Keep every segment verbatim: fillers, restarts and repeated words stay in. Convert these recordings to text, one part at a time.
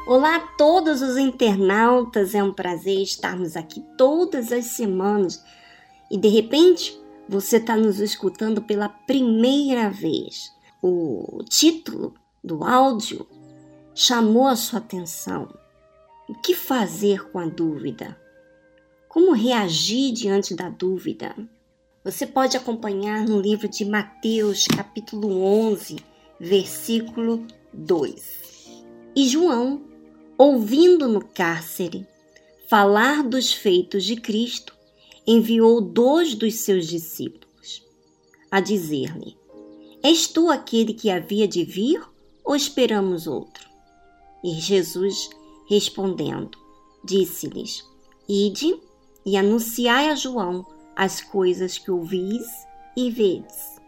Olá a todos os internautas, é um prazer estarmos aqui todas as semanas e de repente você está nos escutando pela primeira vez. O título do áudio chamou a sua atenção. O que fazer com a dúvida? Como reagir diante da dúvida? Você pode acompanhar no livro de Mateus, capítulo onze, versículo dois. E João, ouvindo no cárcere falar dos feitos de Cristo, enviou dois dos seus discípulos a dizer-lhe: És tu aquele que havia de vir ou esperamos outro? E Jesus, respondendo, disse-lhes: Ide e anunciai a João as coisas que ouvis e vedes.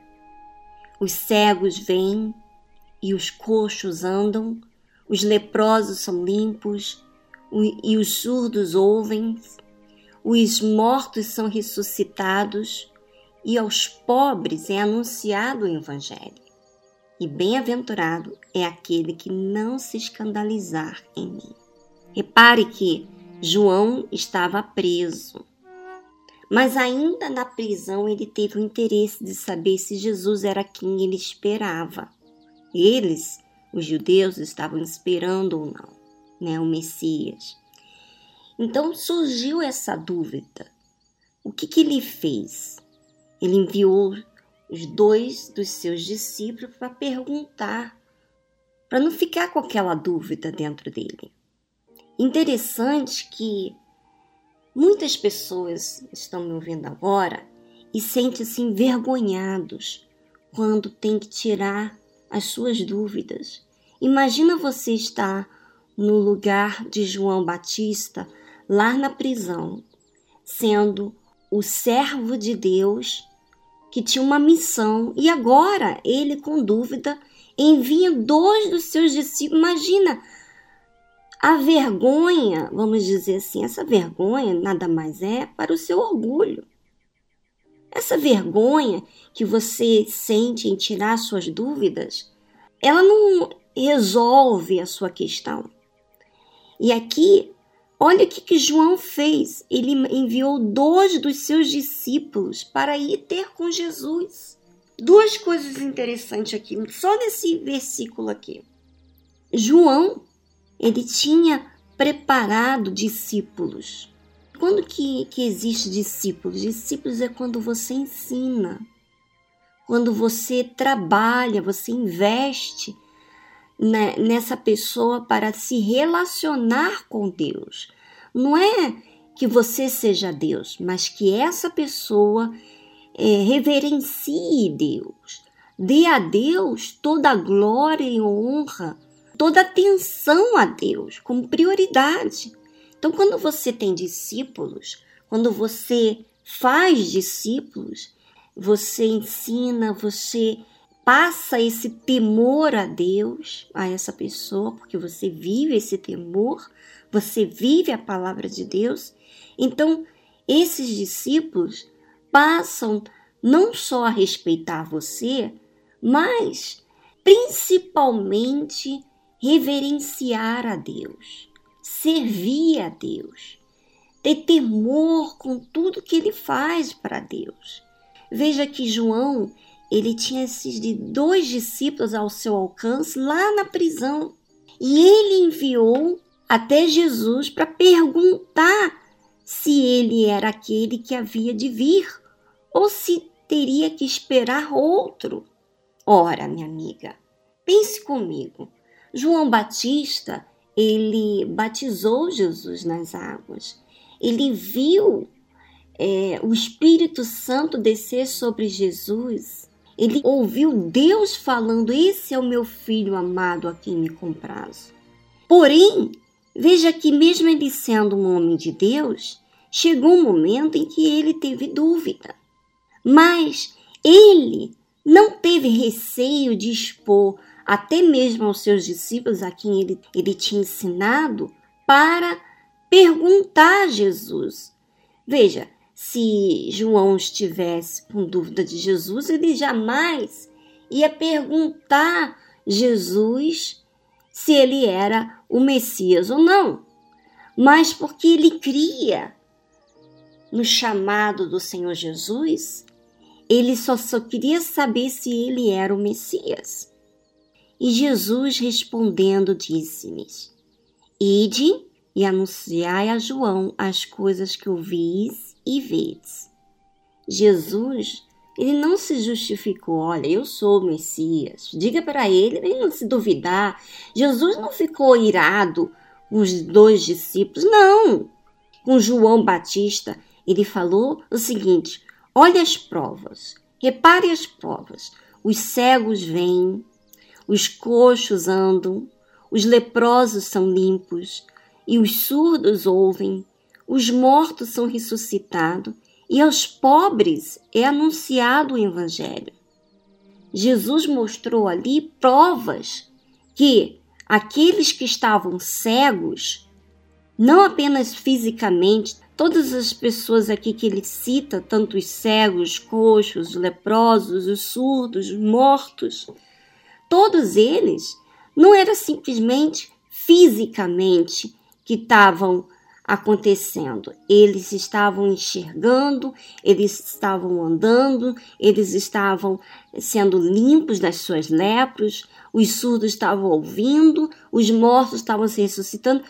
Os cegos vêm e os coxos andam, os leprosos são limpos e os surdos ouvem, os mortos são ressuscitados e aos pobres é anunciado o Evangelho. E bem-aventurado é aquele que não se escandalizar em mim. Repare que João estava preso, mas ainda na prisão ele teve o interesse de saber se Jesus era quem ele esperava. Eles, os judeus, estavam esperando ou não, né, o Messias. Então surgiu essa dúvida. O que, que ele fez? Ele enviou os dois dos seus discípulos para perguntar, para não ficar com aquela dúvida dentro dele. Interessante que muitas pessoas estão me ouvindo agora e sentem-se envergonhados quando tem que tirar as suas dúvidas. Imagina você estar no lugar de João Batista, lá na prisão, sendo o servo de Deus que tinha uma missão, e agora ele, com dúvida, envia dois dos seus discípulos. Imagina a vergonha, vamos dizer assim, essa vergonha nada mais é para o seu orgulho. Essa vergonha que você sente em tirar suas dúvidas, ela não resolve a sua questão. E aqui, olha o que, que João fez. Ele enviou dois dos seus discípulos para ir ter com Jesus. Duas coisas interessantes aqui, só nesse versículo aqui. João, ele tinha preparado discípulos. Quando que, que existe discípulos? Discípulos é quando você ensina, quando você trabalha, você investe né, nessa pessoa para se relacionar com Deus. Não é que você seja Deus, mas que essa pessoa é, reverencie Deus, dê a Deus toda a glória e honra, toda a atenção a Deus como prioridade. Então, quando você tem discípulos, quando você faz discípulos, você ensina, você passa esse temor a Deus, a essa pessoa, porque você vive esse temor, você vive a palavra de Deus. Então, esses discípulos passam não só a respeitar você, mas principalmente reverenciar a Deus, servir a Deus, ter temor com tudo que ele faz para Deus. Veja que João, ele tinha esses dois discípulos ao seu alcance lá na prisão. E ele enviou até Jesus para perguntar se ele era aquele que havia de vir ou se teria que esperar outro. Ora, minha amiga, pense comigo. João Batista, ele batizou Jesus nas águas. Ele viu é, o Espírito Santo descer sobre Jesus. Ele ouviu Deus falando: esse é o meu filho amado a quem me comprazo. Porém, veja que mesmo ele sendo um homem de Deus, chegou um momento em que ele teve dúvida. Mas ele não teve receio de expor até mesmo aos seus discípulos, a quem ele, ele tinha ensinado, para perguntar a Jesus. Veja, se João estivesse com dúvida de Jesus, ele jamais ia perguntar a Jesus se ele era o Messias ou não, mas porque ele cria no chamado do Senhor Jesus, ele só, só queria saber se ele era o Messias. E Jesus respondendo disse-lhes: Ide e anunciai a João as coisas que ouvis e vedes. Jesus, ele não se justificou, olha, eu sou o Messias, diga para ele, ele não se duvidar. Jesus não ficou irado com os dois discípulos, não. Com João Batista, ele falou o seguinte: olha as provas, repare as provas, os cegos vêm, os coxos andam, os leprosos são limpos, e os surdos ouvem, os mortos são ressuscitados, e aos pobres é anunciado o Evangelho. Jesus mostrou ali provas que aqueles que estavam cegos, não apenas fisicamente, todas as pessoas aqui que ele cita, tanto os cegos, coxos, os leprosos, os surdos, os mortos, todos eles não era simplesmente fisicamente que estavam acontecendo. Eles estavam enxergando, eles estavam andando, eles estavam sendo limpos das suas lepras, os surdos estavam ouvindo, os mortos estavam se ressuscitando,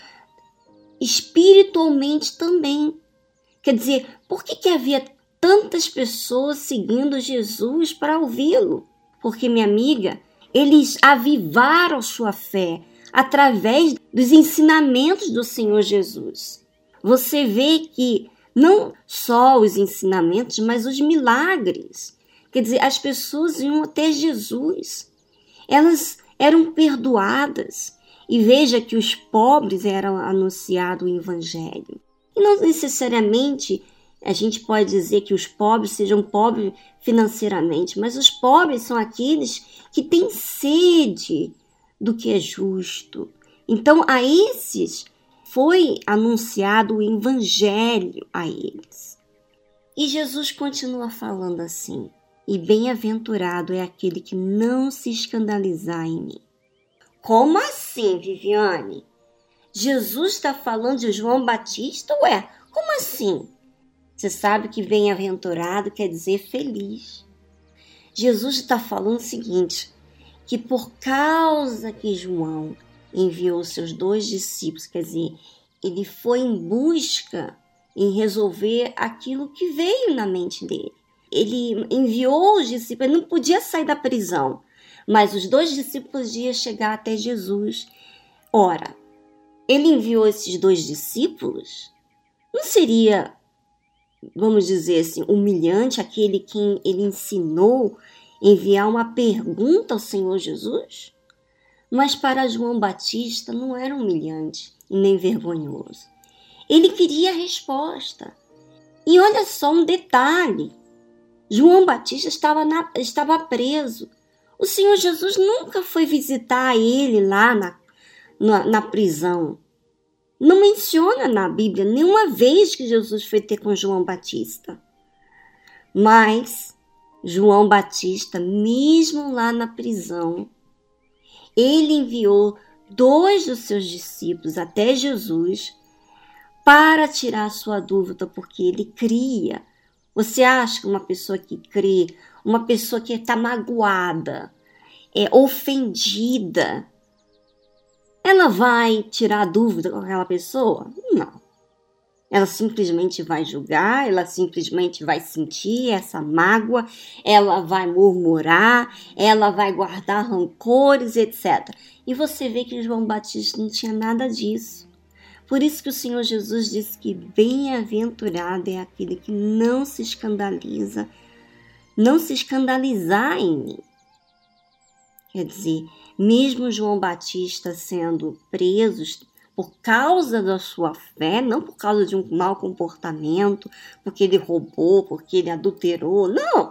espiritualmente também. Quer dizer, por que que havia tantas pessoas seguindo Jesus para ouvi-lo? Porque, minha amiga, eles avivaram sua fé através dos ensinamentos do Senhor Jesus. Você vê que não só os ensinamentos, mas os milagres. Quer dizer, as pessoas iam até Jesus. Elas eram perdoadas. E veja que os pobres eram anunciado o Evangelho. E não necessariamente a gente pode dizer que os pobres sejam pobres financeiramente, mas os pobres são aqueles que têm sede do que é justo. Então, a esses foi anunciado o Evangelho a eles. E Jesus continua falando assim: e bem-aventurado é aquele que não se escandalizar em mim. Como assim, Viviane? Jesus está falando de João Batista? Ué, como assim? Você sabe que bem-aventurado quer dizer feliz. Jesus está falando o seguinte, que por causa que João enviou seus dois discípulos, quer dizer, ele foi em busca em resolver aquilo que veio na mente dele. Ele enviou os discípulos, ele não podia sair da prisão, mas os dois discípulos iam chegar até Jesus. Ora, ele enviou esses dois discípulos? Não seria, vamos dizer assim, humilhante aquele que ele ensinou enviar uma pergunta ao Senhor Jesus? Mas para João Batista não era humilhante e nem vergonhoso. Ele queria a resposta. E olha só um detalhe. João Batista estava, na, estava preso. O Senhor Jesus nunca foi visitar ele lá na, na, na prisão. Não menciona na Bíblia nenhuma vez que Jesus foi ter com João Batista. Mas João Batista, mesmo lá na prisão, ele enviou dois dos seus discípulos até Jesus para tirar sua dúvida, porque ele cria. Você acha que uma pessoa que crê, uma pessoa que está magoada, é ofendida, ela vai tirar dúvida com aquela pessoa? Não. Ela simplesmente vai julgar, ela simplesmente vai sentir essa mágoa, ela vai murmurar, ela vai guardar rancores, etcétera. E você vê que João Batista não tinha nada disso. Por isso que o Senhor Jesus disse que bem-aventurado é aquele que não se escandaliza, não se escandalizar em mim. Quer dizer, mesmo João Batista sendo preso por causa da sua fé, não por causa de um mau comportamento, porque ele roubou, porque ele adulterou, não.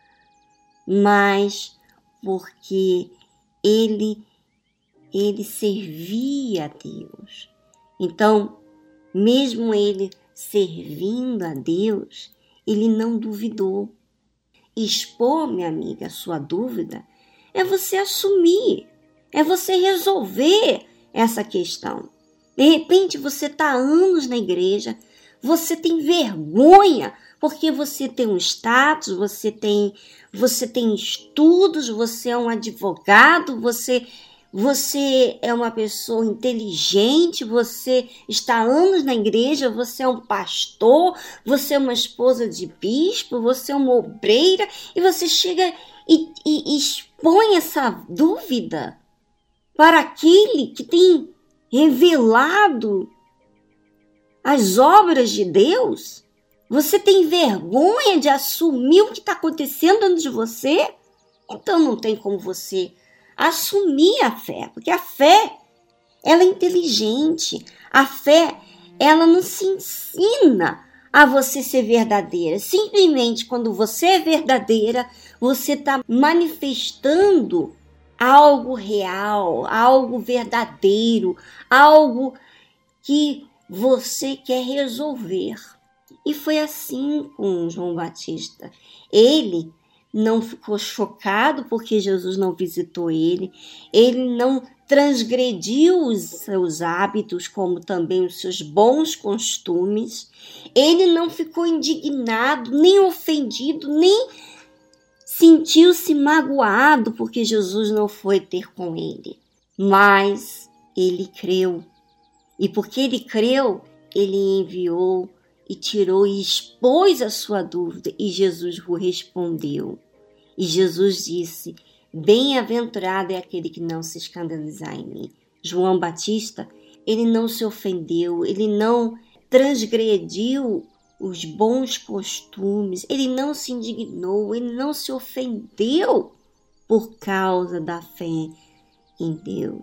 Mas porque ele, ele servia a Deus. Então, mesmo ele servindo a Deus, ele não duvidou. Expor, minha amiga, a sua dúvida é você assumir É você resolver essa questão. De repente você está há anos na igreja, você tem vergonha porque você tem um status, você tem, você tem estudos, você é um advogado, você, você é uma pessoa inteligente, você está há anos na igreja, você é um pastor, você é uma esposa de bispo, você é uma obreira, e você chega e, e, e expõe essa dúvida para aquele que tem revelado as obras de Deus. Você tem vergonha de assumir o que está acontecendo dentro de você? Então não tem como você assumir a fé, porque a fé, ela é inteligente. A fé, ela não se ensina a você ser verdadeira. Simplesmente quando você é verdadeira, você está manifestando algo real, algo verdadeiro, algo que você quer resolver. E foi assim com João Batista. Ele não ficou chocado porque Jesus não visitou ele, ele não transgrediu os seus hábitos, como também os seus bons costumes, ele não ficou indignado, nem ofendido, nem sentiu-se magoado porque Jesus não foi ter com ele. Mas ele creu. E porque ele creu, ele enviou e tirou e expôs a sua dúvida, e Jesus o respondeu. E Jesus disse: bem-aventurado é aquele que não se escandalizar em mim. João Batista, ele não se ofendeu, ele não transgrediu os bons costumes, ele não se indignou, ele não se ofendeu por causa da fé em Deus.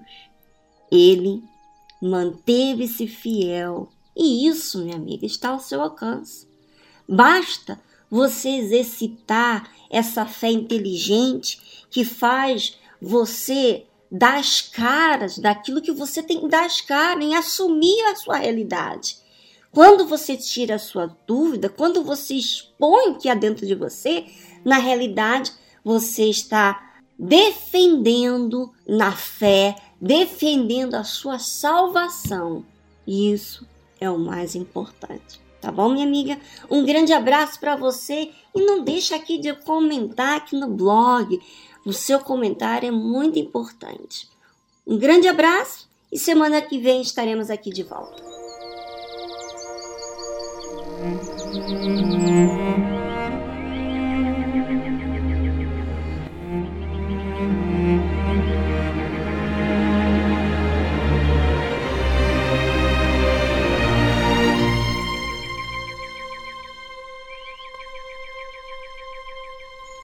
Ele manteve-se fiel. E isso, minha amiga, está ao seu alcance. Basta você exercitar essa fé inteligente que faz você dar as caras daquilo que você tem que dar as caras, em assumir a sua realidade. Quando você tira a sua dúvida, quando você expõe o que há dentro de você, na realidade você está defendendo na fé, defendendo a sua salvação. E isso é o mais importante. Tá bom, minha amiga? Um grande abraço para você e não deixa aqui de comentar aqui no blog. O seu comentário é muito importante. Um grande abraço e semana que vem estaremos aqui de volta.